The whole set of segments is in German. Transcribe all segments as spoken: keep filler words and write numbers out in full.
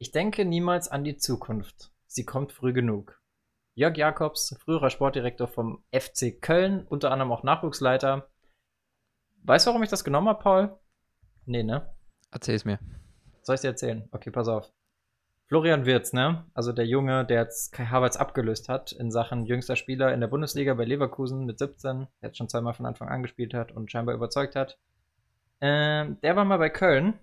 Ich denke niemals an die Zukunft. Sie kommt früh genug. Jörg Jakobs, früherer Sportdirektor vom F C Köln, unter anderem auch Nachwuchsleiter. Weißt du, warum ich das genommen habe, Paul? Nee, ne? Erzähl's mir. Soll ich dir erzählen? Okay, pass auf. Florian Wirtz, ne? Also der Junge, der jetzt Kai Havertz abgelöst hat in Sachen jüngster Spieler in der Bundesliga bei Leverkusen mit siebzehn, der jetzt schon zweimal von Anfang an gespielt hat und scheinbar überzeugt hat. Ähm, der war mal bei Köln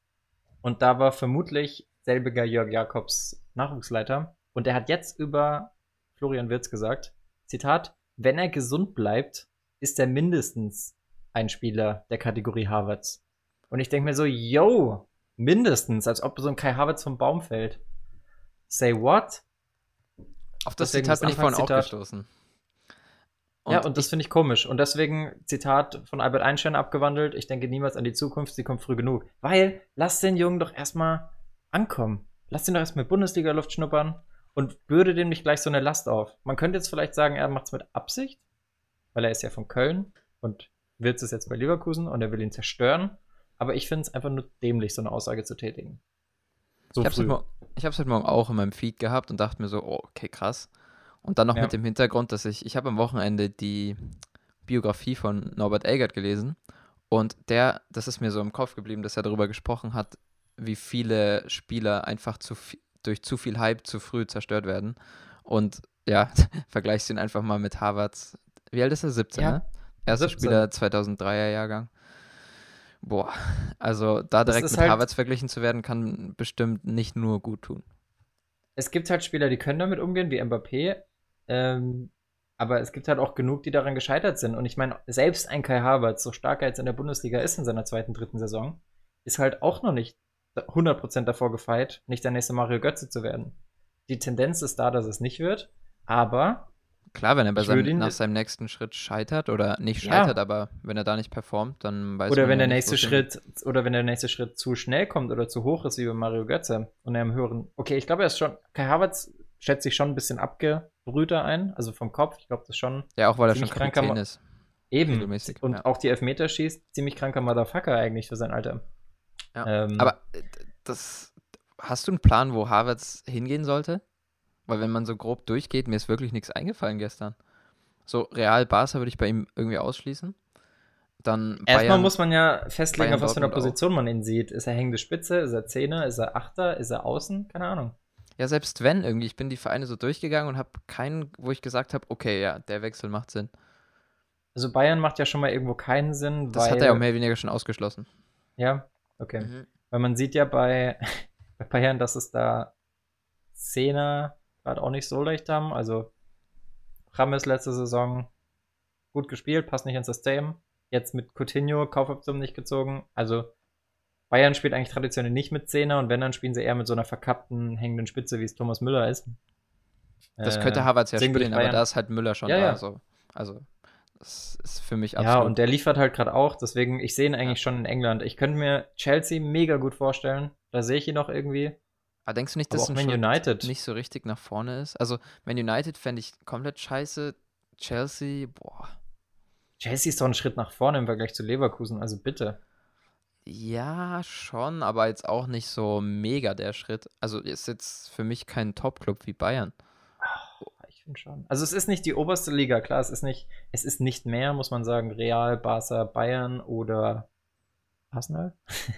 und da war vermutlich selbiger Jörg Jakobs Nachwuchsleiter. Und der hat jetzt über Florian Wirtz gesagt, Zitat, wenn er gesund bleibt, ist er mindestens ein Spieler der Kategorie Havertz. Und ich denke mir so, yo, mindestens, als ob so ein Kai Havertz vom Baum fällt. Say what? Auf das Deswegen Zitat bin ich vorhin auch Anfangszitat. gestoßen. Ja, Und und das ich, finde ich komisch. Und deswegen, Zitat von Albert Einstein abgewandelt, ich denke niemals an die Zukunft, sie kommt früh genug. Weil, lass den Jungen doch erstmal ankommen. Lass den doch erstmal Bundesliga-Luft schnuppern und bürde dem nicht gleich so eine Last auf. Man könnte jetzt vielleicht sagen, er macht es mit Absicht, weil er ist ja von Köln und Wirtz ist jetzt bei Leverkusen und er will ihn zerstören. Aber ich finde es einfach nur dämlich, so eine Aussage zu tätigen. So ich habe es früh. heute, Mor- ich hab's heute Morgen auch in meinem Feed gehabt und dachte mir so, oh, okay, krass. Und dann noch Ja. mit dem Hintergrund, dass ich, ich habe am Wochenende die Biografie von Norbert Elgert gelesen und der, das ist mir so im Kopf geblieben, dass er darüber gesprochen hat, wie viele Spieler einfach zu vi- durch zu viel Hype zu früh zerstört werden. Und ja, vergleichst ihn einfach mal mit Harvards. Wie alt ist er? siebzehn, Ja, ne? Erster siebzehn. Spieler zweitausenddreier Jahrgang. Boah, also da Das direkt ist mit halt, Harvards verglichen zu werden, kann bestimmt nicht nur gut tun. es gibt halt Spieler, die können damit umgehen, wie Mbappé. Ähm, aber es gibt halt auch genug, die daran gescheitert sind. Und ich meine, selbst ein Kai Havertz, so stark er jetzt in der Bundesliga ist in seiner zweiten, dritten Saison, ist halt auch noch nicht hundert Prozent davor gefeit, nicht der nächste Mario Götze zu werden. Die Tendenz ist da, dass es nicht wird. Aber Klar, wenn er bei ich würde seinem, nach ihn, seinem nächsten Schritt scheitert oder nicht scheitert, ja, aber wenn er da nicht performt, dann weiß oder man wenn ja der nicht, wo nächste es hingeht. Schritt, oder wenn der nächste Schritt zu schnell kommt oder zu hoch ist, wie bei Mario Götze und er im höheren, okay, ich glaube, er ist schon, Kai Havertz schätzt sich schon ein bisschen abgebrühter ein, also vom Kopf, ich glaube, das ist schon Ja, auch weil er schon ziemlich kranker, Kapitän Ma- ist, eben, regelmäßig. Ja. und auch die Elfmeter schießt, ziemlich kranker Motherfucker eigentlich für sein Alter. Ja. Ähm, Aber äh, das, hast du einen Plan, wo Havertz hingehen sollte? Weil wenn man so grob durchgeht, mir ist wirklich nichts eingefallen gestern. So Real Barca würde ich bei ihm irgendwie ausschließen. Dann erstmal Bayern, muss man ja festlegen, Bayern auf was für eine Dortmund auch. Position man ihn sieht. Ist er hängende Spitze, ist er Zehner, ist er Achter, ist er Außen? Keine Ahnung. Ja, selbst wenn irgendwie, ich bin die Vereine so durchgegangen und habe keinen, wo ich gesagt habe, okay, ja, der Wechsel macht Sinn. Also Bayern macht ja schon mal irgendwo keinen Sinn, Das hat er ja auch weil, mehr oder weniger schon ausgeschlossen. ja, okay. Mhm. Weil man sieht ja bei, bei Bayern, dass es da Zehner gerade auch nicht so leicht haben. Also Rames letzte Saison gut gespielt, passt nicht ins System. Jetzt mit Coutinho, Kaufoption nicht gezogen. Also Bayern spielt eigentlich traditionell nicht mit Zehner und wenn, dann spielen sie eher mit so einer verkappten, hängenden Spitze, wie es Thomas Müller ist. Das Äh, könnte Havertz ja deswegen würde ich spielen, aber Bayern. da ist halt Müller schon Ja, da. ja. So. Also, das ist für mich Ja, und absolut. der liefert halt gerade auch, deswegen, ich sehe ihn Ja. eigentlich schon in England. Ich könnte mir Chelsea mega gut vorstellen. Da sehe ich ihn noch irgendwie. Aber denkst du nicht, Aber dass auch ein Man Schritt United. nicht so richtig nach vorne ist? Also, Man United fände ich komplett scheiße. Chelsea, boah. Chelsea ist doch ein Schritt nach vorne im Vergleich zu Leverkusen, also bitte. Ja, schon, aber jetzt auch nicht so mega der Schritt. Also, ist jetzt für mich kein Top-Club wie Bayern. Ich finde schon. Also es ist nicht die oberste Liga, klar, es ist nicht, es ist nicht mehr, muss man sagen, Real, Barca, Bayern oder Arsenal.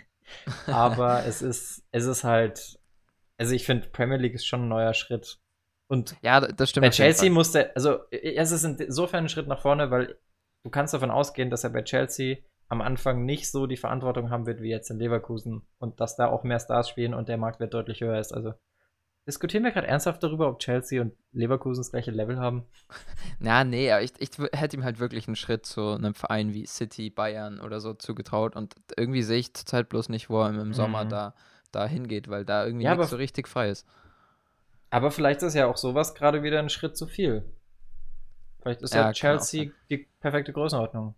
Aber es ist, es ist halt, also ich finde, Premier League ist schon ein neuer Schritt. Und Ja, d- das stimmt bei auf jeden Chelsea Fall. musste, also es ist insofern ein Schritt nach vorne, weil du kannst davon ausgehen, dass er bei Chelsea am Anfang nicht so die Verantwortung haben wird wie jetzt in Leverkusen und dass da auch mehr Stars spielen und der Marktwert deutlich höher ist. Also diskutieren wir gerade ernsthaft darüber, ob Chelsea und Leverkusen das gleiche Level haben? Ja, nee, aber ich, ich w- hätte ihm halt wirklich einen Schritt zu einem Verein wie City, Bayern oder so zugetraut und irgendwie sehe ich zurzeit bloß nicht, wo er im, im Sommer Mhm. da, da hingeht, weil da irgendwie Ja, nichts aber, so richtig frei ist. aber vielleicht ist ja auch sowas gerade wieder ein Schritt zu viel. Vielleicht ist ja Ja, kann auch sein. Chelsea die perfekte Größenordnung.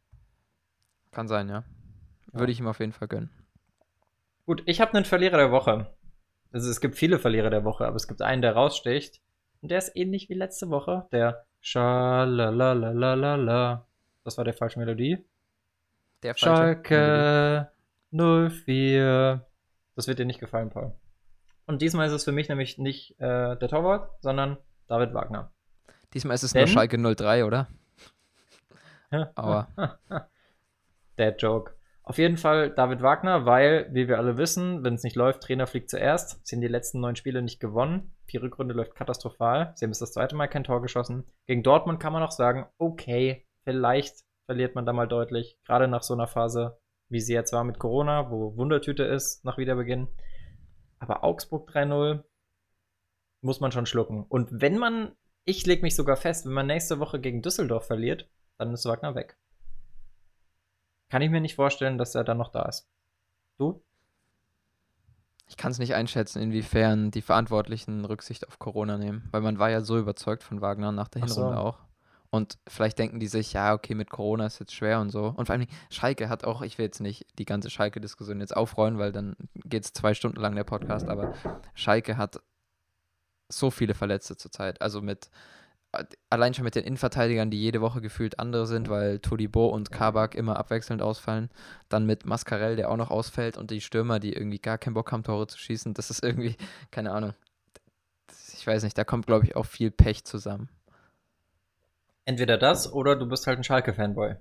Kann sein, ja. Ja. Würde ich ihm auf jeden Fall gönnen. Gut, ich habe einen Verlierer der Woche. Also es gibt viele Verlierer der Woche, aber es gibt einen, der raussticht. Und der ist ähnlich wie letzte Woche. Der Schalalalalala. Das war der falsche Melodie. Der falsche Melodie. Schalke null vier. Das wird dir nicht gefallen, Paul. Und diesmal ist es für mich nämlich nicht äh, der Torwart, sondern David Wagner. Diesmal ist es Denn, nur Schalke null drei, oder? Aber Dad Joke. Auf jeden Fall David Wagner, weil, wie wir alle wissen, wenn es nicht läuft, Trainer fliegt zuerst. Sie haben die letzten neun Spiele nicht gewonnen. Die Rückrunde läuft katastrophal. Sie haben jetzt das zweite Mal kein Tor geschossen. Gegen Dortmund kann man auch sagen, okay, vielleicht verliert man da mal deutlich. Gerade nach so einer Phase, wie sie jetzt war mit Corona, wo Wundertüte ist nach Wiederbeginn. Aber Augsburg drei null muss man schon schlucken. Und wenn man, ich lege mich sogar fest, wenn man nächste Woche gegen Düsseldorf verliert, dann ist Wagner weg. Kann ich mir nicht vorstellen, dass er dann noch da ist. Du? ich kann es nicht einschätzen, inwiefern die Verantwortlichen Rücksicht auf Corona nehmen. Weil man war ja so überzeugt von Wagner nach der Ach so. Hinrunde auch. Und vielleicht denken die sich, ja, okay, mit Corona ist jetzt schwer und so. Und vor allem, Schalke hat auch, ich will jetzt nicht die ganze Schalke-Diskussion jetzt aufrollen, weil dann geht es zwei Stunden lang der Podcast, aber Schalke hat so viele Verletzte zurzeit. Also mit, allein schon mit den Innenverteidigern, die jede Woche gefühlt andere sind, weil Todibo und Kabak immer abwechselnd ausfallen. Dann mit Mascarell, der auch noch ausfällt, und die Stürmer, die irgendwie gar keinen Bock haben, Tore zu schießen. Das ist irgendwie, keine Ahnung. Ich weiß nicht, da kommt, glaube ich, auch viel Pech zusammen. Entweder das oder du bist halt ein Schalke-Fanboy.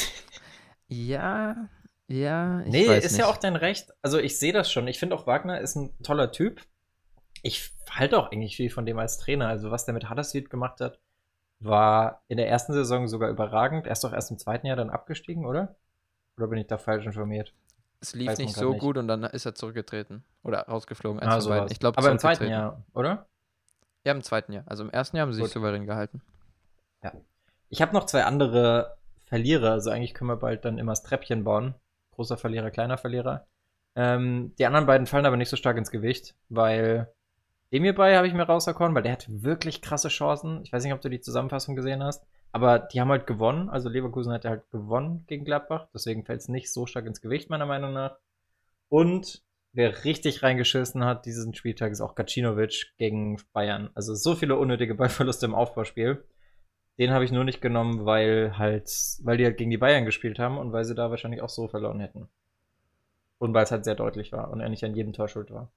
Ja, ja, ich Nee, weiß ist nicht. ja auch dein Recht. Also ich sehe das schon. Ich finde auch, Wagner ist ein toller Typ. Ich halte auch eigentlich viel von dem als Trainer. Also was der mit Huddersfield gemacht hat, war in der ersten Saison sogar überragend. Er ist doch erst im zweiten Jahr dann abgestiegen, oder? Oder bin ich da falsch informiert? Es lief Weiß man nicht grad so nicht. gut und dann ist er zurückgetreten. Oder rausgeflogen, eins Ah, von beiden. sowas. Ich glaube, Aber im zweiten zurückgetreten. Jahr, oder? Ja, im zweiten Jahr. Also im ersten Jahr haben sie sich Gut. souverän gehalten. Ja. Ich habe noch zwei andere Verlierer. Also eigentlich können wir bald dann immer das Treppchen bauen. Großer Verlierer, kleiner Verlierer. Ähm, die anderen beiden fallen aber nicht so stark ins Gewicht, weil dem hierbei habe ich mir rauserkoren, weil der hat wirklich krasse Chancen. Ich weiß nicht, ob du die Zusammenfassung gesehen hast, aber die haben halt gewonnen. Also Leverkusen hat halt gewonnen gegen Gladbach, deswegen fällt es nicht so stark ins Gewicht, meiner Meinung nach. Und wer richtig reingeschissen hat diesen Spieltag, ist auch Gacinovic gegen Bayern. Also so viele unnötige Ballverluste im Aufbauspiel. Den habe ich nur nicht genommen, weil halt, weil die halt gegen die Bayern gespielt haben und weil sie da wahrscheinlich auch so verloren hätten. Und weil es halt sehr deutlich war und er nicht an jedem Tor schuld war.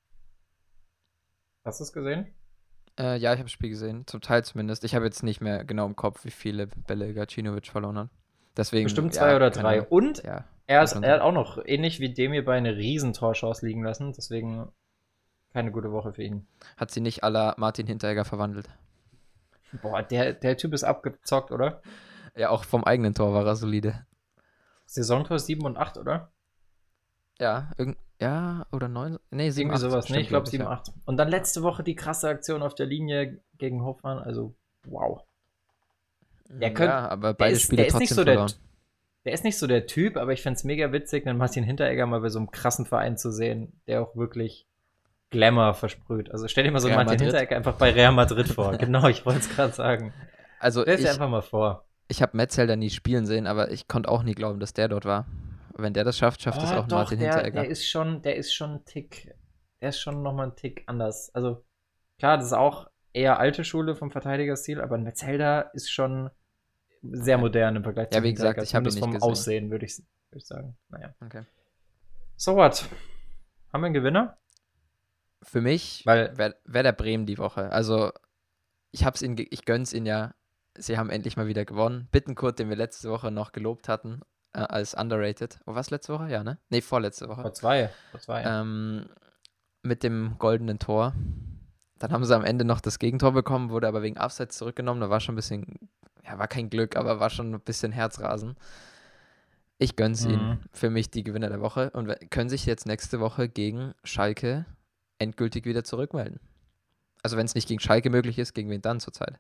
Hast du es gesehen? Äh, ja, ich habe das Spiel gesehen. Zum Teil zumindest. Ich habe jetzt nicht mehr genau im Kopf, wie viele Bälle Gacinovic verloren hat. Deswegen, Bestimmt zwei ja, oder keine drei. Ahnung. Und Ja, er, kann ist, schon er hat sein. auch noch, ähnlich wie dem hierbei, eine Riesentorchance liegen lassen. Deswegen keine gute Woche für ihn. Hat sie nicht à la Martin Hinteregger verwandelt. Boah, der, der Typ ist abgezockt, oder? Ja, auch vom eigenen Tor war er solide. Saisontor sieben und acht, oder? Ja, irgend, ja, oder neun? Nee, sieben, Irgendwie acht. sowas. Nee, ich glaube sieben ja. acht. Und dann letzte Woche die krasse Aktion auf der Linie gegen Hofmann. Also, wow. Der könnte- ja, aber Der beide ist, Spiele der ist trotzdem nicht so der, verloren. der ist nicht so der Typ, aber ich find's mega witzig, einen Martin Hinteregger mal bei so einem krassen Verein zu sehen, der auch wirklich Glamour versprüht. Also stell dir mal so einen Real Martin Madrid. Hinteregger einfach bei Real Madrid vor. Genau, ich wollte es gerade sagen. Also Stell dir ich, einfach mal vor. ich habe Metzelder nie spielen sehen, aber ich konnte auch nie glauben, dass der dort war. Wenn der das schafft, schafft das Ah, auch ein doch, Martin der, Hinteregger. der ist schon, der ist schon ein Tick, der ist schon nochmal ein Tick anders. Also klar, das ist auch eher alte Schule vom Verteidigerstil, aber ein Metzelda ist schon sehr modern im Vergleich Ja, zu wie gesagt, Hinteregger. ich habe ihn Zumindest nicht vom gesehen. Aussehen, würde ich, würd ich sagen. Naja. Okay. So what? Haben wir einen Gewinner? Für mich Weil- wäre wär der Bremen die Woche. Also ich hab's ihnen, ge- ich gönn's ihnen ja. Sie haben endlich mal wieder gewonnen. Bittenkurt, den wir letzte Woche noch gelobt hatten, äh, als underrated. Oh, was letzte Woche? Ja, ne? Nee, vorletzte Woche. Vor zwei. Vor zwei. Ähm, mit dem goldenen Tor. Dann haben sie am Ende noch das Gegentor bekommen, wurde aber wegen Abseits zurückgenommen. Da war schon ein bisschen, ja, war kein Glück, aber war schon ein bisschen Herzrasen. Ich gönn's Mhm. ihnen. Für mich die Gewinner der Woche und we- können sich jetzt nächste Woche gegen Schalke endgültig wieder zurückmelden. Also wenn es nicht gegen Schalke möglich ist, gegen wen dann zurzeit?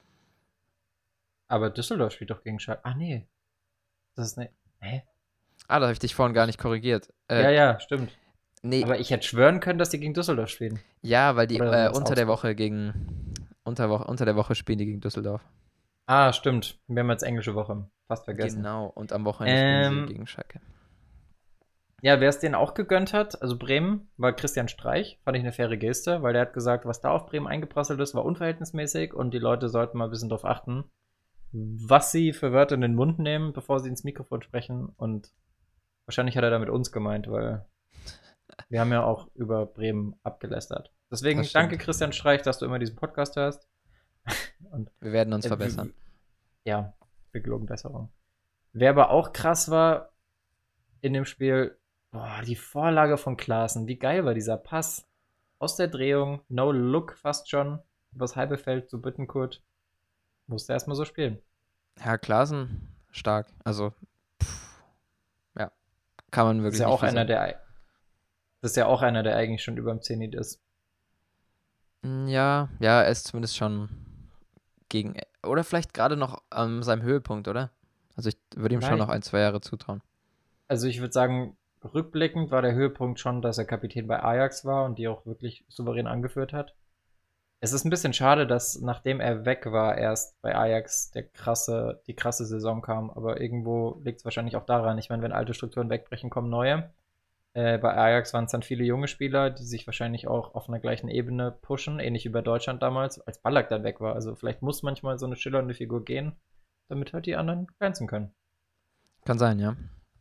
Aber Düsseldorf spielt doch gegen Schalke. Ach nee. Das ist ne. Hä? Ah, da habe ich dich vorhin gar nicht korrigiert. Äh, ja, ja, stimmt. Nee, Aber ich hätte schwören können, dass die gegen Düsseldorf spielen. ja, weil die Oder äh, was unter der Augsburg? Woche gegen unter, Woche, unter der Woche spielen die gegen Düsseldorf. Ah, stimmt. Wir haben jetzt englische Woche. Fast vergessen. Genau, und am Wochenende spielen Ähm, sie gegen Schalke. Ja, wer es denen auch gegönnt hat, also Bremen, war Christian Streich. Fand ich eine faire Geste, weil der hat gesagt, was da auf Bremen eingeprasselt ist, war unverhältnismäßig und die Leute sollten mal ein bisschen drauf achten, was sie für Wörter in den Mund nehmen, bevor sie ins Mikrofon sprechen. Und wahrscheinlich hat er damit uns gemeint, weil wir haben ja auch über Bremen abgelästert. Deswegen Das stimmt. danke, Christian Streich, dass du immer diesen Podcast hörst. Und Wir werden uns äh, verbessern. ja, wir geloben Besserung. Wer aber auch krass war in dem Spiel, boah, die Vorlage von Klaassen. Wie geil war dieser Pass? Aus der Drehung, no look fast schon, übers halbe Feld zu Bittenkurt. Musste erstmal so spielen. Herr Klaassen, stark. Also, pff, ja, kann man Das ist wirklich ja nicht auch viel einer, sagen. der das ist ja auch einer, der eigentlich schon über dem Zenit ist. Mm, Ja, ja, er ist zumindest schon gegen, oder vielleicht gerade noch an seinem Höhepunkt, oder? Also ich würde ihm schon noch Vielleicht. ein, zwei Jahre zutrauen. Also ich würde sagen, rückblickend war der Höhepunkt schon, dass er Kapitän bei Ajax war und die auch wirklich souverän angeführt hat. Es ist ein bisschen schade, dass nachdem er weg war, erst bei Ajax der krasse, die krasse Saison kam. Aber irgendwo liegt es wahrscheinlich auch daran. Ich meine, wenn alte Strukturen wegbrechen, kommen neue. Äh, bei Ajax waren es dann viele junge Spieler, die sich wahrscheinlich auch auf einer gleichen Ebene pushen, ähnlich wie bei Deutschland damals, als Ballack dann weg war. Also vielleicht muss manchmal so eine schillernde Figur gehen, damit halt die anderen glänzen können. Kann sein, ja.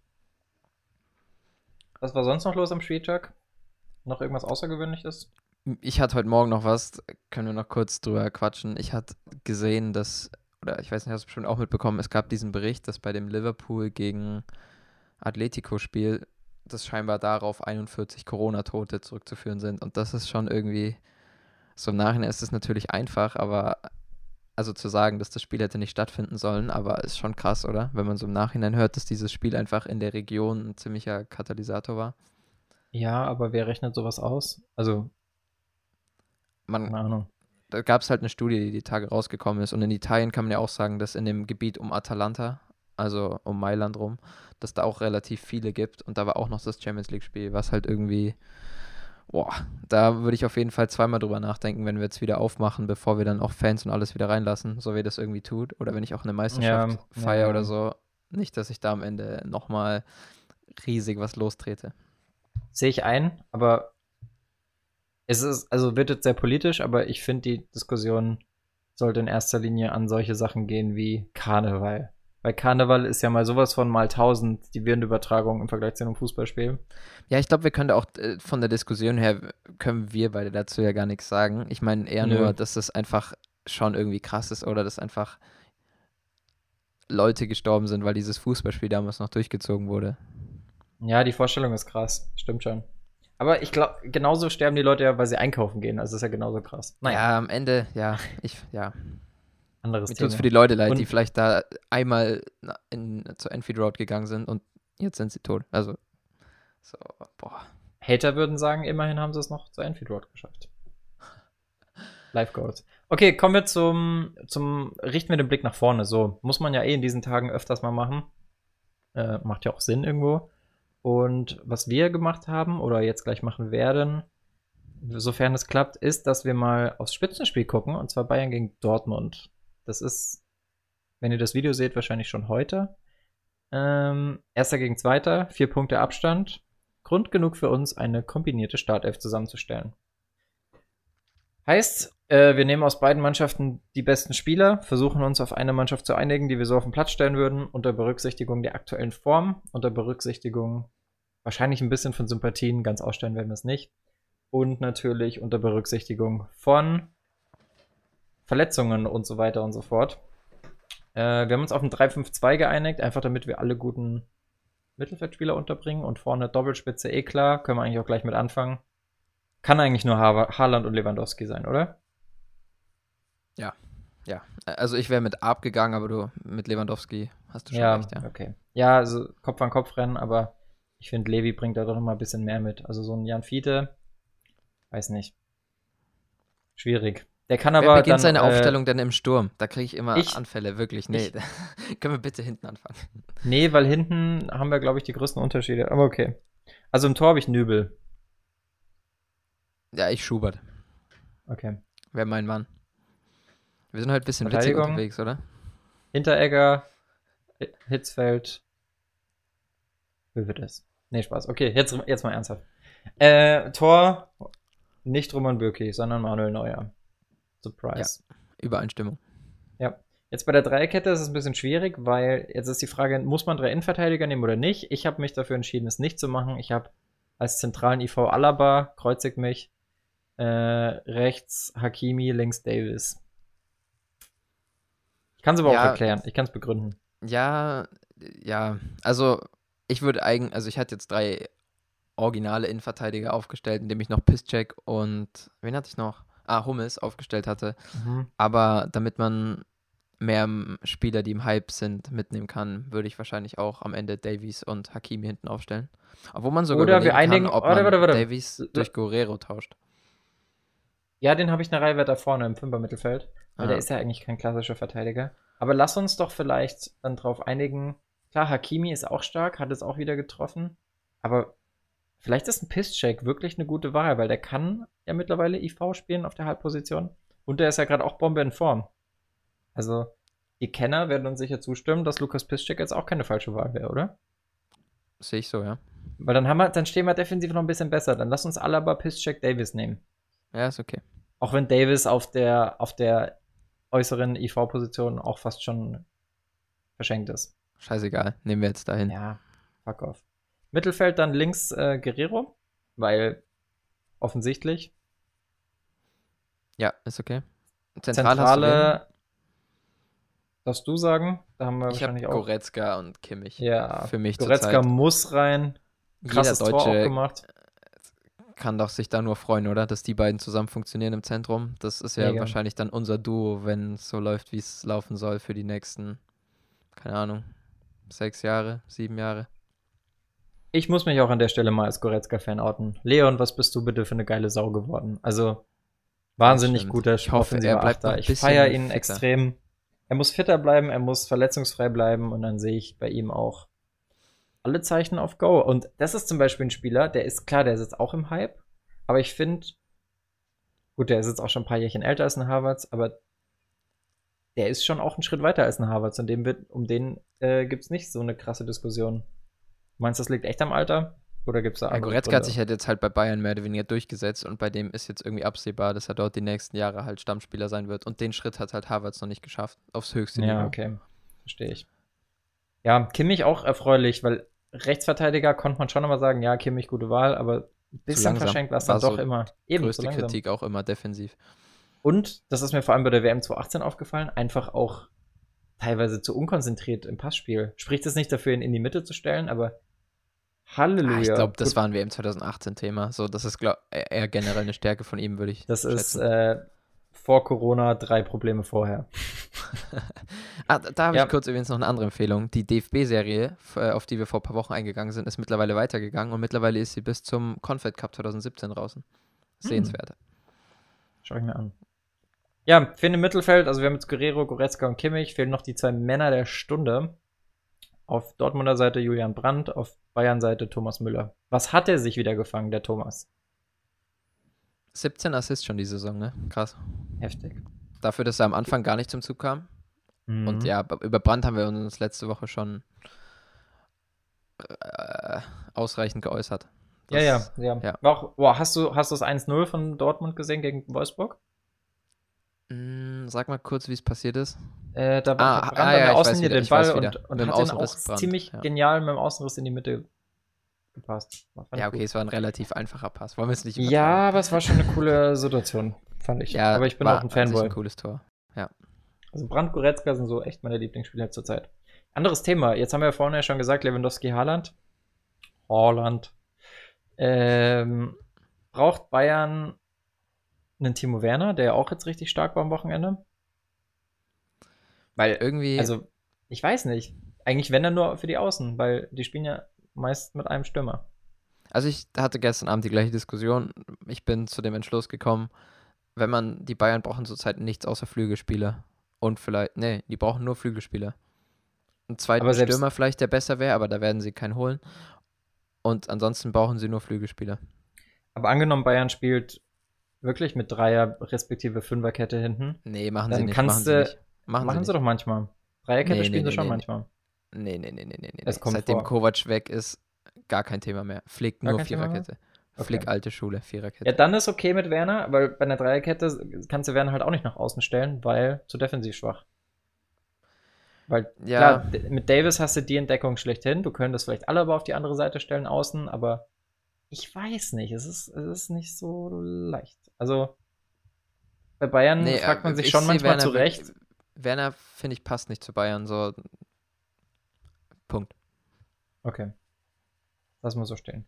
Was war sonst noch los am Spieltag? Noch irgendwas Außergewöhnliches? Ich hatte heute Morgen noch was, können wir noch kurz drüber quatschen. Ich hatte gesehen, dass, oder ich weiß nicht, hast du bestimmt auch mitbekommen, es gab diesen Bericht, dass bei dem Liverpool gegen Atletico-Spiel, dass scheinbar darauf einundvierzig Corona-Tote zurückzuführen sind. Und das ist schon irgendwie, so im Nachhinein ist es natürlich einfach, aber also zu sagen, dass das Spiel hätte nicht stattfinden sollen, aber ist schon krass, oder? Wenn man so im Nachhinein hört, dass dieses Spiel einfach in der Region ein ziemlicher Katalysator war. Ja, aber wer rechnet sowas aus? Also, Man, keine Ahnung. da gab es halt eine Studie, die die Tage rausgekommen ist. Und in Italien kann man ja auch sagen, dass in dem Gebiet um Atalanta, also um Mailand rum, dass da auch relativ viele gibt. Und da war auch noch das Champions League-Spiel, was halt irgendwie, boah, da würde ich auf jeden Fall zweimal drüber nachdenken, wenn wir jetzt wieder aufmachen, bevor wir dann auch Fans und alles wieder reinlassen, so wie das irgendwie tut. Oder wenn ich auch eine Meisterschaft Ja, feiere ja. oder so. Nicht, dass ich da am Ende nochmal riesig was lostrete. Sehe ich ein, aber es ist, also wird jetzt sehr politisch, aber ich finde, die Diskussion sollte in erster Linie an solche Sachen gehen wie Karneval. Weil Karneval ist ja mal sowas von mal tausend die Virenübertragung im Vergleich zu einem Fußballspiel. Ja, ich glaube, wir können da auch äh, von der Diskussion her, können wir beide dazu ja gar nichts sagen. Ich meine eher Nö. nur, dass das einfach schon irgendwie krass ist oder dass einfach Leute gestorben sind, weil dieses Fußballspiel damals noch durchgezogen wurde. Ja, die Vorstellung ist krass. Stimmt schon. Aber ich glaube, genauso sterben die Leute ja, weil sie einkaufen gehen. Also das ist ja genauso krass. Naja, Ja, am Ende, ja, ich, ja. anderes Mir tut es Thema. für die Leute leid, Und- die vielleicht da einmal na- in, zur Enfield Road gegangen sind und jetzt sind sie tot. Also, so, boah. Hater würden sagen, immerhin haben sie es noch zur Enfield Road geschafft. Life Goals. Okay, kommen wir zum, zum, richten wir den Blick nach vorne. So, muss man ja eh in diesen Tagen öfters mal machen. Äh, macht ja auch Sinn irgendwo. Und was wir gemacht haben oder jetzt gleich machen werden, sofern es klappt, ist, dass wir mal aufs Spitzenspiel gucken, und zwar Bayern gegen Dortmund. Das ist, wenn ihr das Video seht, wahrscheinlich schon heute. Ähm, Erster gegen Zweiter, vier Punkte Abstand. Grund genug für uns, eine kombinierte Startelf zusammenzustellen. Heißt, äh, wir nehmen aus beiden Mannschaften die besten Spieler, versuchen uns auf eine Mannschaft zu einigen, die wir so auf den Platz stellen würden, unter Berücksichtigung der aktuellen Form, unter Berücksichtigung wahrscheinlich ein bisschen von Sympathien, ganz ausstellen werden wir es nicht. Und natürlich unter Berücksichtigung von Verletzungen und so weiter und so fort. Äh, wir haben uns auf ein drei fünf zwei geeinigt, einfach damit wir alle guten Mittelfeldspieler unterbringen und vorne Doppelspitze eh klar, können wir eigentlich auch gleich mit anfangen. Kann eigentlich nur ha Haaland und Lewandowski sein, oder? Ja, also ich wäre mit Arp gegangen, aber du mit Lewandowski hast du schon Ja, recht, ja. okay. Ja, also Kopf an Kopf rennen, aber ich finde, Levi bringt da doch noch mal ein bisschen mehr mit. Also so ein Jan Fiete, weiß nicht. Schwierig. Der kann Wer aber beginnt dann, seine äh, Aufstellung denn im Sturm? Da kriege ich immer Ich. Anfälle, wirklich. Nee, können wir bitte hinten anfangen? Nee, weil hinten haben wir, glaube ich, die größten Unterschiede. Aber okay. Also im Tor habe ich Nübel. Ja, ich Schubert. Okay. Wäre mein Mann. Wir sind halt ein bisschen witzig Verteidigung. unterwegs, oder? Hinteregger, Hitzfeld, Hövedes. Nee, Spaß. Okay, jetzt, jetzt mal ernsthaft. Äh, Tor, nicht Roman Bürki, sondern Manuel Neuer. Surprise. Übereinstimmung. Ja. Jetzt bei der Dreierkette ist es ein bisschen schwierig, weil jetzt ist die Frage, muss man drei Innenverteidiger nehmen oder nicht? Ich habe mich dafür entschieden, es nicht zu machen. Ich habe als zentralen I V Alaba, kreuzigt mich. Äh, rechts Hakimi, links Davis. Ich kann es aber Ja. auch erklären. Ich kann es begründen. Ja, ja, also ich würde eigentlich, also ich hatte jetzt drei originale Innenverteidiger aufgestellt, indem ich noch Piszczek und, wen hatte ich noch? Ah, Hummels aufgestellt hatte. Mhm. Aber damit man mehr m- Spieler, die im Hype sind, mitnehmen kann, würde ich wahrscheinlich auch am Ende Davies und Hakimi hinten aufstellen. Obwohl man sogar Oder wir überlegen einigen. kann, ob Warte, man warte, warte. Davies L- durch Guerrero tauscht. Ja, den habe ich eine Reihe weiter vorne im Fünfer-Mittelfeld. Weil der Ah, ist ja eigentlich kein klassischer Verteidiger. Aber lass uns doch vielleicht dann drauf einigen. Klar, Hakimi ist auch stark, hat es auch wieder getroffen. Aber vielleicht ist ein Piszczek wirklich eine gute Wahl, weil der kann ja mittlerweile I V spielen auf der Halbposition. Und der ist ja gerade auch Bombe in Form. Also, die Kenner werden uns sicher zustimmen, dass Lukas Piszczek jetzt auch keine falsche Wahl wäre, oder? sehe ich so, ja. Weil dann haben wir, dann stehen wir defensiv noch ein bisschen besser. Dann lass uns Alaba, Piszczek, Davis nehmen. Ja, ist okay. Auch wenn Davis auf der, auf der äußeren I V-Position auch fast schon verschenkt ist. Scheißegal, nehmen wir jetzt dahin. Ja, fuck off. Mittelfeld dann links äh, Guerrero, weil offensichtlich. Ja, ist okay. Zentral hast du wen? Zentrale, darfst du sagen? Da haben wir Ich habe wahrscheinlich auch. Goretzka und Kimmich. Ja, Für mich Goretzka zurzeit. muss rein. Krasses Jeder Tor auch Deutsche gemacht. kann doch sich da nur freuen, oder? Dass die beiden zusammen funktionieren im Zentrum. Das ist ja Mega. wahrscheinlich dann unser Duo, wenn es so läuft, wie es laufen soll für die nächsten, keine Ahnung, sechs Jahre, sieben Jahre. Ich muss mich auch an der Stelle mal als Goretzka-Fan outen. Leon, was bist du bitte für eine geile Sau geworden? Also, wahnsinnig stimmt. guter Ich hoffe, offensiver er bleibt noch Achter. ein Ich bisschen feiere ihn fitter. extrem. Er muss fitter bleiben, er muss verletzungsfrei bleiben und dann sehe ich bei ihm auch alle Zeichen auf Go. Und das ist zum Beispiel ein Spieler, der ist klar, der sitzt auch im Hype, aber ich finde, gut, der ist jetzt auch schon ein paar Jährchen älter als ein Havertz, aber der ist schon auch einen Schritt weiter als ein Havertz und dem wird, um den äh, gibt es nicht so eine krasse Diskussion. Meinst du, das liegt echt am Alter? Oder gibt es da Ja, andere Goretzka hat Gründe? sich halt jetzt halt bei Bayern mehr oder weniger durchgesetzt und bei dem ist jetzt irgendwie absehbar, dass er dort die nächsten Jahre halt Stammspieler sein wird. Und den Schritt hat halt Havertz noch nicht geschafft, aufs höchste Ja, Niveau. okay. Verstehe ich. Ja, Kimmich auch erfreulich, weil Rechtsverteidiger konnte man schon nochmal sagen, ja, Kimmich gute Wahl, aber ein bisschen langsam. verschenkt war es War dann doch so immer. Eben, Größte so langsam. Kritik auch immer defensiv. Und, das ist mir vor allem bei der W M zwanzig achtzehn aufgefallen, einfach auch teilweise zu unkonzentriert im Passspiel. Spricht es nicht dafür, ihn in die Mitte zu stellen, aber Halleluja. Ah, ich glaube, das Gut, war ein W M zwanzig achtzehn Thema. So, das ist glaub, eher generell eine Stärke von ihm, würde ich das ist schätzen. äh, vor Corona drei Probleme vorher. Ah, da da habe Ja. ich kurz übrigens noch eine andere Empfehlung. Die D F B-Serie, f- äh, auf die wir vor ein paar Wochen eingegangen sind, ist mittlerweile weitergegangen und mittlerweile ist sie bis zum Confed Cup zwanzig siebzehn draußen. Sehenswert. Schau ich mir an. Ja, fehlen im Mittelfeld, also wir haben jetzt Guerrero, Goretzka und Kimmich, fehlen noch die zwei Männer der Stunde. Auf Dortmunder Seite Julian Brandt, auf Bayern-Seite Thomas Müller. Was hat er sich wieder gefangen, der Thomas? siebzehn Assists schon die Saison, ne? Krass. Heftig. Dafür, dass er am Anfang gar nicht zum Zug kam. Mhm. Und ja, b- über Brandt haben wir uns letzte Woche schon äh, ausreichend geäußert. Ja, ja, Das- ja. ja. War auch, boah, hast du, hast du das eins null von Dortmund gesehen gegen Wolfsburg? Mm, sag mal kurz, wie es passiert ist. Äh, da Ah, war Brandt ah, an ja, der ich weiß Außenlinie wieder, den ich weiß Ball wieder. und, und Mit dem hat den Außenriss auch Brandt, ziemlich ja. genial mit dem Außenriss in die Mitte gepasst. War- fand Ja, ich okay, gut. es war ein relativ einfacher Pass. Wollen wir es nicht übertreiben? Ja, aber es war schon eine coole Situation, fand ich. Ja, aber ich bin war auch ein an sich Fanboy. ein cooles Tor. Also Brandt, Goretzka sind so echt meine Lieblingsspieler zurzeit. Anderes Thema. Jetzt haben wir ja vorhin ja schon gesagt, Lewandowski, Haaland. Haaland. Ähm, braucht Bayern einen Timo Werner, der ja auch jetzt richtig stark war am Wochenende? Weil, Irgendwie, also, ich weiß nicht. Eigentlich wenn dann nur für die Außen, weil die spielen ja meist mit einem Stürmer. also ich hatte gestern Abend die gleiche Diskussion. Ich bin zu dem Entschluss gekommen, wenn man, die Bayern brauchen zurzeit nichts außer Flügelspieler. Und vielleicht, nee, die brauchen nur Flügelspieler. Einen zweiten Aber selbst- Stürmer vielleicht, der besser wäre, aber da werden sie keinen holen. Und ansonsten brauchen sie nur Flügelspieler. Aber angenommen, Bayern spielt wirklich mit Dreier respektive Fünferkette hinten. Nee, machen Dann sie nicht, kannst machen sie du- nicht. Machen, Machen sie sie nicht. doch manchmal. Dreierkette Nee, spielen nee, sie nee, schon nee, manchmal. Nee, nee, nee, nee, nee, nee. Es nee. kommt Seitdem vor. Kovac weg ist, gar kein Thema mehr. Flick Gar nur kein Thema mehr? Viererkette. Okay. Flick alte Schule, Viererkette. Ja, dann ist okay mit Werner, weil bei einer Dreierkette kannst du Werner halt auch nicht nach außen stellen, weil zu defensiv schwach. Weil, Ja. klar, d- mit Davis hast du die Entdeckung schlechthin. Du könntest vielleicht Alaba auf die andere Seite stellen, außen, aber ich weiß nicht. Es ist, es ist nicht so leicht. Also bei Bayern Nee, fragt man äh, sich ich schon sehe manchmal Werner, wirk- zurecht. Werner, finde ich, passt nicht zu Bayern, so, Punkt. Okay, lass mal so stehen.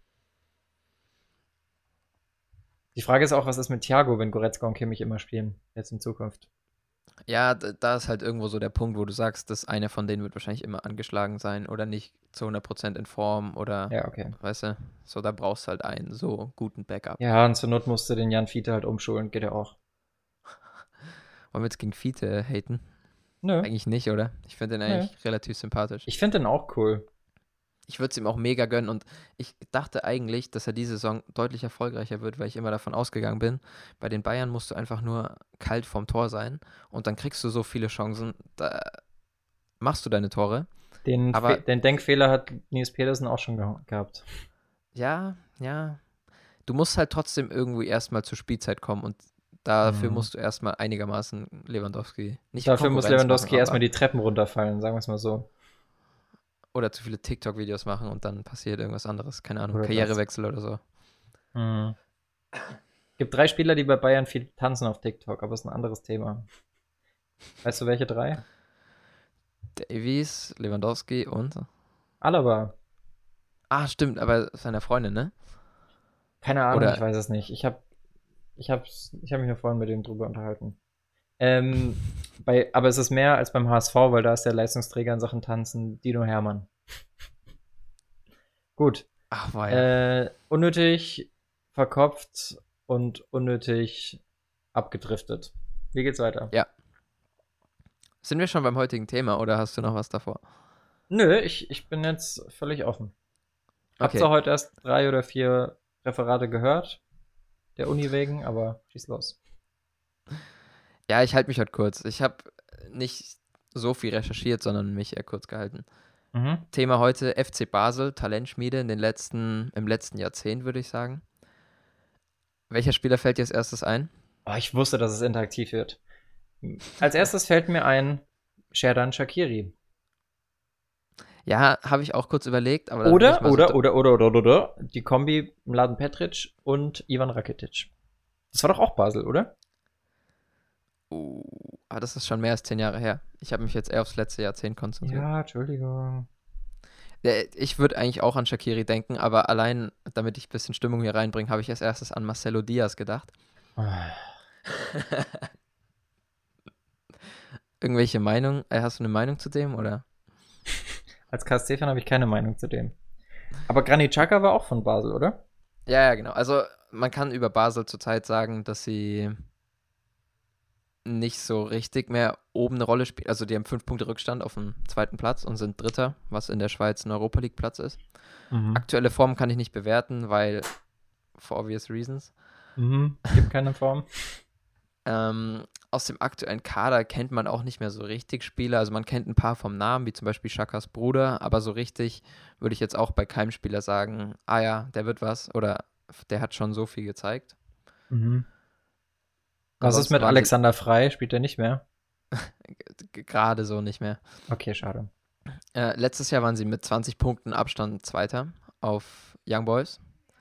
Die Frage ist auch, was ist mit Thiago, wenn Goretzka und Kimmich immer spielen, jetzt in Zukunft? Ja, d- da ist halt irgendwo so der Punkt, wo du sagst, dass einer von denen wird wahrscheinlich immer angeschlagen sein oder nicht zu hundert Prozent in Form oder, Ja, okay. weißt du, so, da brauchst du halt einen so guten Backup. Ja, und zur Not musste den Jan Fiete halt umschulen, geht ja auch. Wollen wir jetzt gegen Fiete haten? Nö, Eigentlich nicht, oder? Ich finde den nö. eigentlich relativ sympathisch. Ich finde den auch cool. Ich würde es ihm auch mega gönnen und ich dachte eigentlich, dass er diese Saison deutlich erfolgreicher wird, weil ich immer davon ausgegangen bin, bei den Bayern musst du einfach nur kalt vorm Tor sein und dann kriegst du so viele Chancen, da machst du deine Tore. Den, Aber Fe den Denkfehler hat Nils Petersen auch schon ge gehabt. ja, ja, du musst halt trotzdem irgendwie erstmal zur Spielzeit kommen und dafür Mhm. musst du erstmal einigermaßen Lewandowski nicht Dafür muss Konkurrenz Lewandowski machen, erstmal aber- die Treppen runterfallen, sagen wir es mal so. oder zu viele TikTok-Videos machen und dann passiert irgendwas anderes, keine Ahnung, Oder das. Karrierewechsel oder so. Mhm. Gibt drei Spieler, die bei Bayern viel tanzen auf TikTok, aber ist ein anderes Thema. Weißt du, welche drei? Davies, Lewandowski und Alaba. ah, stimmt, aber seiner Freundin, ne? Keine Ahnung, Oder- ich weiß es nicht. Ich habe ich hab's, ich hab mich ja vorhin mit dem drüber unterhalten. Ähm, bei, aber es ist mehr als beim H S V, weil da ist der Leistungsträger in Sachen Tanzen Dino Hermann. Gut. Ach, war ja. Äh, unnötig verkopft und unnötig abgedriftet. Wie geht's weiter? Ja. Sind wir schon beim heutigen Thema oder hast du noch was davor? Nö, ich, ich bin jetzt völlig offen. Hab Okay. zwar heute erst drei oder vier Referate gehört, der Uni wegen, aber schieß los. Ja, ich halte mich heute kurz. Ich habe nicht so viel recherchiert, sondern mich eher kurz gehalten. Mhm. Thema heute F C Basel, Talentschmiede in den letzten, im letzten Jahrzehnt, würde ich sagen. Welcher Spieler fällt dir als erstes ein? Oh, ich wusste, dass es interaktiv wird. Als erstes fällt mir ein Sherdan Shaqiri. Ja, habe ich auch kurz überlegt, aber dann bin ich Oder, mal so oder, dr- oder, oder, oder, oder, oder, die Kombi Mladen Petric und Ivan Rakitic. Das war doch auch Basel, oder? Uh, ah, das ist schon mehr als zehn Jahre her. Ich habe mich jetzt eher aufs letzte Jahrzehnt konzentriert. Ja, Entschuldigung. Der- Ich würde eigentlich auch an Shaqiri denken, aber allein, damit ich ein bisschen Stimmung hier reinbringe, habe ich als erstes an Marcelo Diaz gedacht. Irgendwelche Meinung? Äh, hast du eine Meinung zu dem, oder? Als K S C-Fan habe ich keine Meinung zu dem. Aber Granit Xhaka war auch von Basel, oder? Ja, ja, genau. Also man kann über Basel zurzeit sagen, dass sie nicht so richtig mehr oben eine Rolle spielen. Also die haben fünf Punkte Rückstand auf dem zweiten Platz und sind Dritter, was in der Schweiz ein Europa League Platz ist. Mhm. Aktuelle Form kann ich nicht bewerten, weil for obvious reasons. Mhm. Gibt keine Form. Ähm, aus dem aktuellen Kader kennt man auch nicht mehr so richtig Spieler. Also man kennt ein paar vom Namen, wie zum Beispiel Xhakas Bruder, aber so richtig würde ich jetzt auch bei keinem Spieler sagen, ah ja, der wird was oder der hat schon so viel gezeigt. Mhm. Was ist Ansonsten mit waren sie Alexander Frei? Spielt er nicht mehr? g- gerade so nicht mehr. Okay, schade. Äh, letztes Jahr waren sie mit zwanzig Punkten Abstand Zweiter auf Young Boys.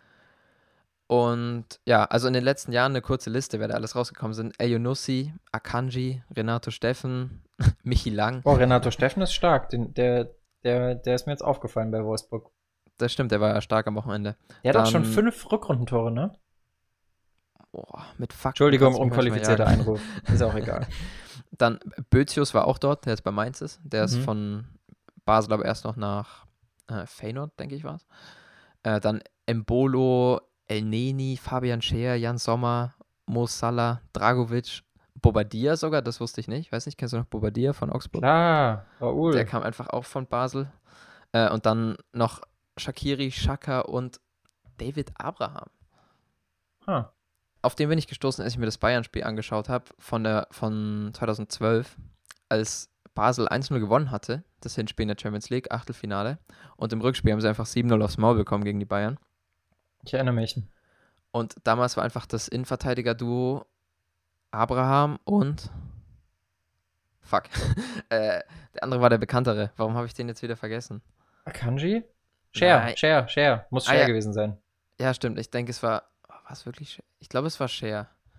Und ja, also in den letzten Jahren eine kurze Liste, wer da alles rausgekommen sind. Elionussi, Akanji, Renato Steffen, Michi Lang. Boah, Renato Steffen ist stark. Den, der, der, der ist mir jetzt aufgefallen bei Wolfsburg. Das stimmt, der war ja stark am Wochenende. Der hat auch schon Dann- fünf Rückrundentore, ne? Boah, mit Fakten. Entschuldigung, kannst du mich unqualifizierter manchmal jagen. Einruf. Ist auch egal. Dann Bözius war auch dort, der jetzt bei Mainz ist. Der ist Mhm. von Basel aber erst noch nach äh, Feyenoord, denke ich, war es. Äh, dann Embolo, Elneny, Fabian Scheer, Jan Sommer, Mo Salah, Dragovic, Bobadilla sogar, das wusste ich nicht. Weiß nicht, kennst du noch Bobadilla von Augsburg? Klar, Raoul. Der kam einfach auch von Basel. Äh, und dann noch Shaqiri, Xhaka und David Abraham. Ah. Auf den bin ich gestoßen, als ich mir das Bayern-Spiel angeschaut habe von, der, von zweitausendzwölf, als Basel eins null gewonnen hatte, das Hinspiel in der Champions League, Achtelfinale. Und im Rückspiel haben sie einfach sieben null aufs Maul bekommen gegen die Bayern. Ich erinnere mich. Und damals war einfach das Innenverteidiger-Duo Abraham und fuck. äh, der andere war der bekanntere. Warum habe ich den jetzt wieder vergessen? Akanji? Cher, Nein. Cher, Cher. Muss Ah, Cher ja. gewesen sein. Ja, stimmt. Ich denke, es war. War es wirklich Cher? Ich glaube, es war Cher.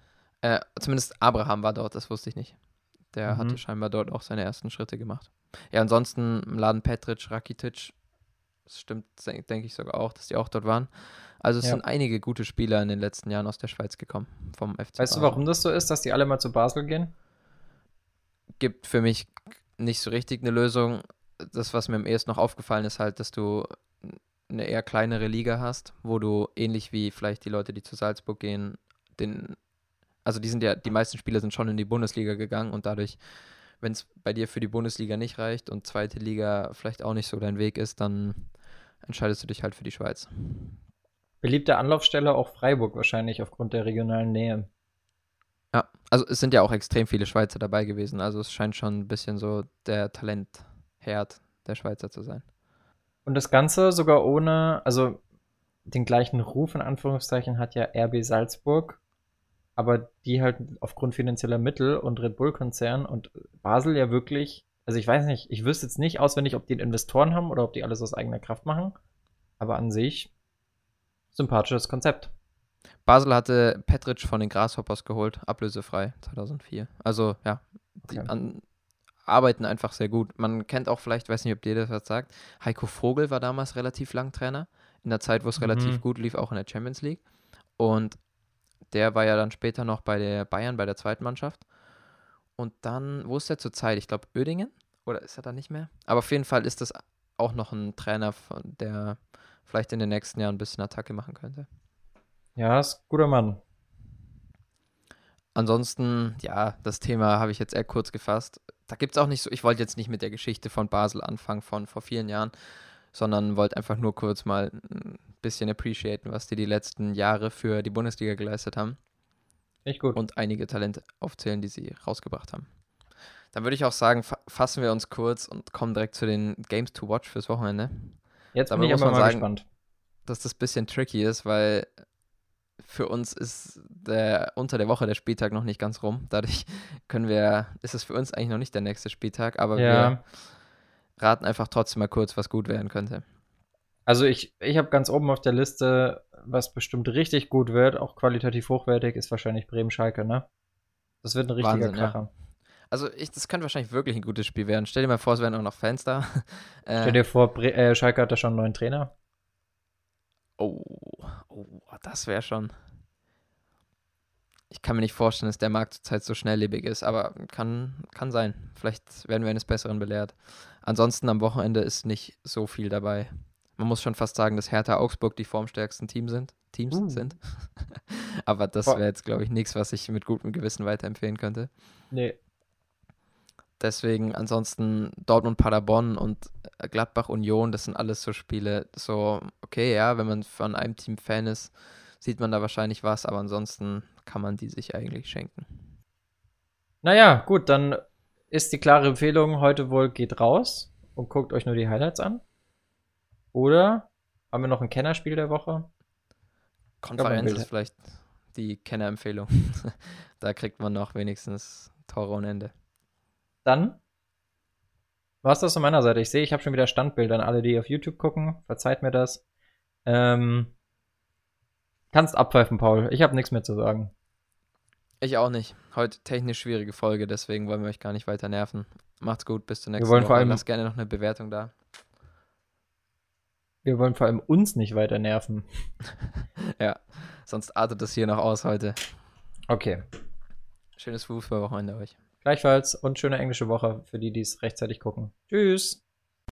Äh, zumindest Abraham war dort, das wusste ich nicht. Der Mhm. hatte scheinbar dort auch seine ersten Schritte gemacht. Ja, ansonsten Mladen Petric, Rakitic, das stimmt, denke ich sogar auch, dass die auch dort waren. Also es Ja. sind einige gute Spieler in den letzten Jahren aus der Schweiz gekommen, vom F C Weißt du, Basel. warum das so ist, dass die alle mal zu Basel gehen? Gibt für mich nicht so richtig eine Lösung. Das, was mir am ehesten noch aufgefallen ist, halt, dass du eine eher kleinere Liga hast, wo du ähnlich wie vielleicht die Leute, die zu Salzburg gehen, den, also die sind ja, die meisten Spieler sind schon in die Bundesliga gegangen und dadurch, wenn es bei dir für die Bundesliga nicht reicht und zweite Liga vielleicht auch nicht so dein Weg ist, dann entscheidest du dich halt für die Schweiz. Beliebte Anlaufstelle auch Freiburg wahrscheinlich aufgrund der regionalen Nähe. Ja, also es sind ja auch extrem viele Schweizer dabei gewesen, also es scheint schon ein bisschen so der Talentherd der Schweizer zu sein. Und das Ganze sogar ohne, also den gleichen Ruf in Anführungszeichen hat ja R B Salzburg, aber die halt aufgrund finanzieller Mittel und Red Bull-Konzern und Basel ja wirklich, also ich weiß nicht, ich wüsste jetzt nicht auswendig, ob die Investoren haben oder ob die alles aus eigener Kraft machen, aber an sich sympathisches Konzept. Basel hatte Petric von den Grasshoppers geholt, ablösefrei zweitausendvier. Also ja, die Okay. an, arbeiten einfach sehr gut. Man kennt auch vielleicht, weiß nicht, ob dir das was sagt, Heiko Vogel war damals relativ lang Trainer, in der Zeit, wo es Mhm. relativ gut lief, auch in der Champions League. Und der war ja dann später noch bei der Bayern, bei der zweiten Mannschaft. Und dann, wo ist der zurzeit? Ich glaube, Oedingen? Oder ist er da nicht mehr? Aber auf jeden Fall ist das auch noch ein Trainer, von der vielleicht in den nächsten Jahren ein bisschen Attacke machen könnte. Ja, ist ein guter Mann. Ansonsten, ja, das Thema habe ich jetzt eher kurz gefasst. Da gibt es auch nicht so, ich wollte jetzt nicht mit der Geschichte von Basel anfangen von vor vielen Jahren, sondern wollte einfach nur kurz mal ein bisschen appreciaten, was die die letzten Jahre für die Bundesliga geleistet haben Echt gut. und einige Talente aufzählen, die sie rausgebracht haben. Dann würde ich auch sagen, fa fassen wir uns kurz und kommen direkt zu den Games to Watch fürs Wochenende. Jetzt Dabei bin ich muss aber man mal sagen, gespannt. dass das ein bisschen tricky ist, weil für uns ist der unter der Woche der Spieltag noch nicht ganz rum. Dadurch können wir, ist es für uns eigentlich noch nicht der nächste Spieltag, aber wir Ja, raten einfach trotzdem mal kurz, was gut werden könnte. also ich, ich habe ganz oben auf der Liste, was bestimmt richtig gut wird, auch qualitativ hochwertig, ist wahrscheinlich Bremen-Schalke, ne? Das wird ein richtiger Wahnsinn, ja. Kracher. Also ich, das könnte wahrscheinlich wirklich ein gutes Spiel werden. Stell dir mal vor, es wären auch noch Fans da. Stell äh, dir vor, Bre äh, Schalke hat da schon einen neuen Trainer. oh, oh, das wäre schon. Ich kann mir nicht vorstellen, dass der Markt zurzeit so schnelllebig ist, aber kann, kann sein. Vielleicht werden wir eines Besseren belehrt. Ansonsten am Wochenende ist nicht so viel dabei. Man muss schon fast sagen, dass Hertha Augsburg die formstärksten Team sind, Teams Uh. sind. Aber das Boah. wäre jetzt, glaube ich, nichts, was ich mit gutem Gewissen weiterempfehlen könnte. Nee. Deswegen ansonsten Dortmund, Paderborn und Gladbach, Union, das sind alles so Spiele, so, okay, ja, wenn man von einem Team Fan ist, sieht man da wahrscheinlich was, aber ansonsten kann man die sich eigentlich schenken. Naja, gut, dann ist die klare Empfehlung heute wohl, geht raus und guckt euch nur die Highlights an. Oder haben wir noch ein Kennerspiel der Woche? Konferenz Bild. ist vielleicht die Kennerempfehlung. Da kriegt man noch wenigstens Tore ohne Ende. Dann war's das von meiner Seite. Ich sehe, ich habe schon wieder Standbilder an alle, die auf YouTube gucken. Verzeiht mir das. Ähm, kannst abpfeifen, Paul. Ich habe nichts mehr zu sagen. Ich auch nicht. Heute technisch schwierige Folge, deswegen wollen wir euch gar nicht weiter nerven. Macht's gut, bis zur nächsten wollen Woche. vor allem- Lasst gerne noch eine Bewertung da. Wir wollen vor allem uns nicht weiter nerven. Ja, sonst artet das hier noch aus heute. Okay. Schönes Fußballwochenende euch. Gleichfalls und schöne englische Woche für die, die es rechtzeitig gucken. Tschüss.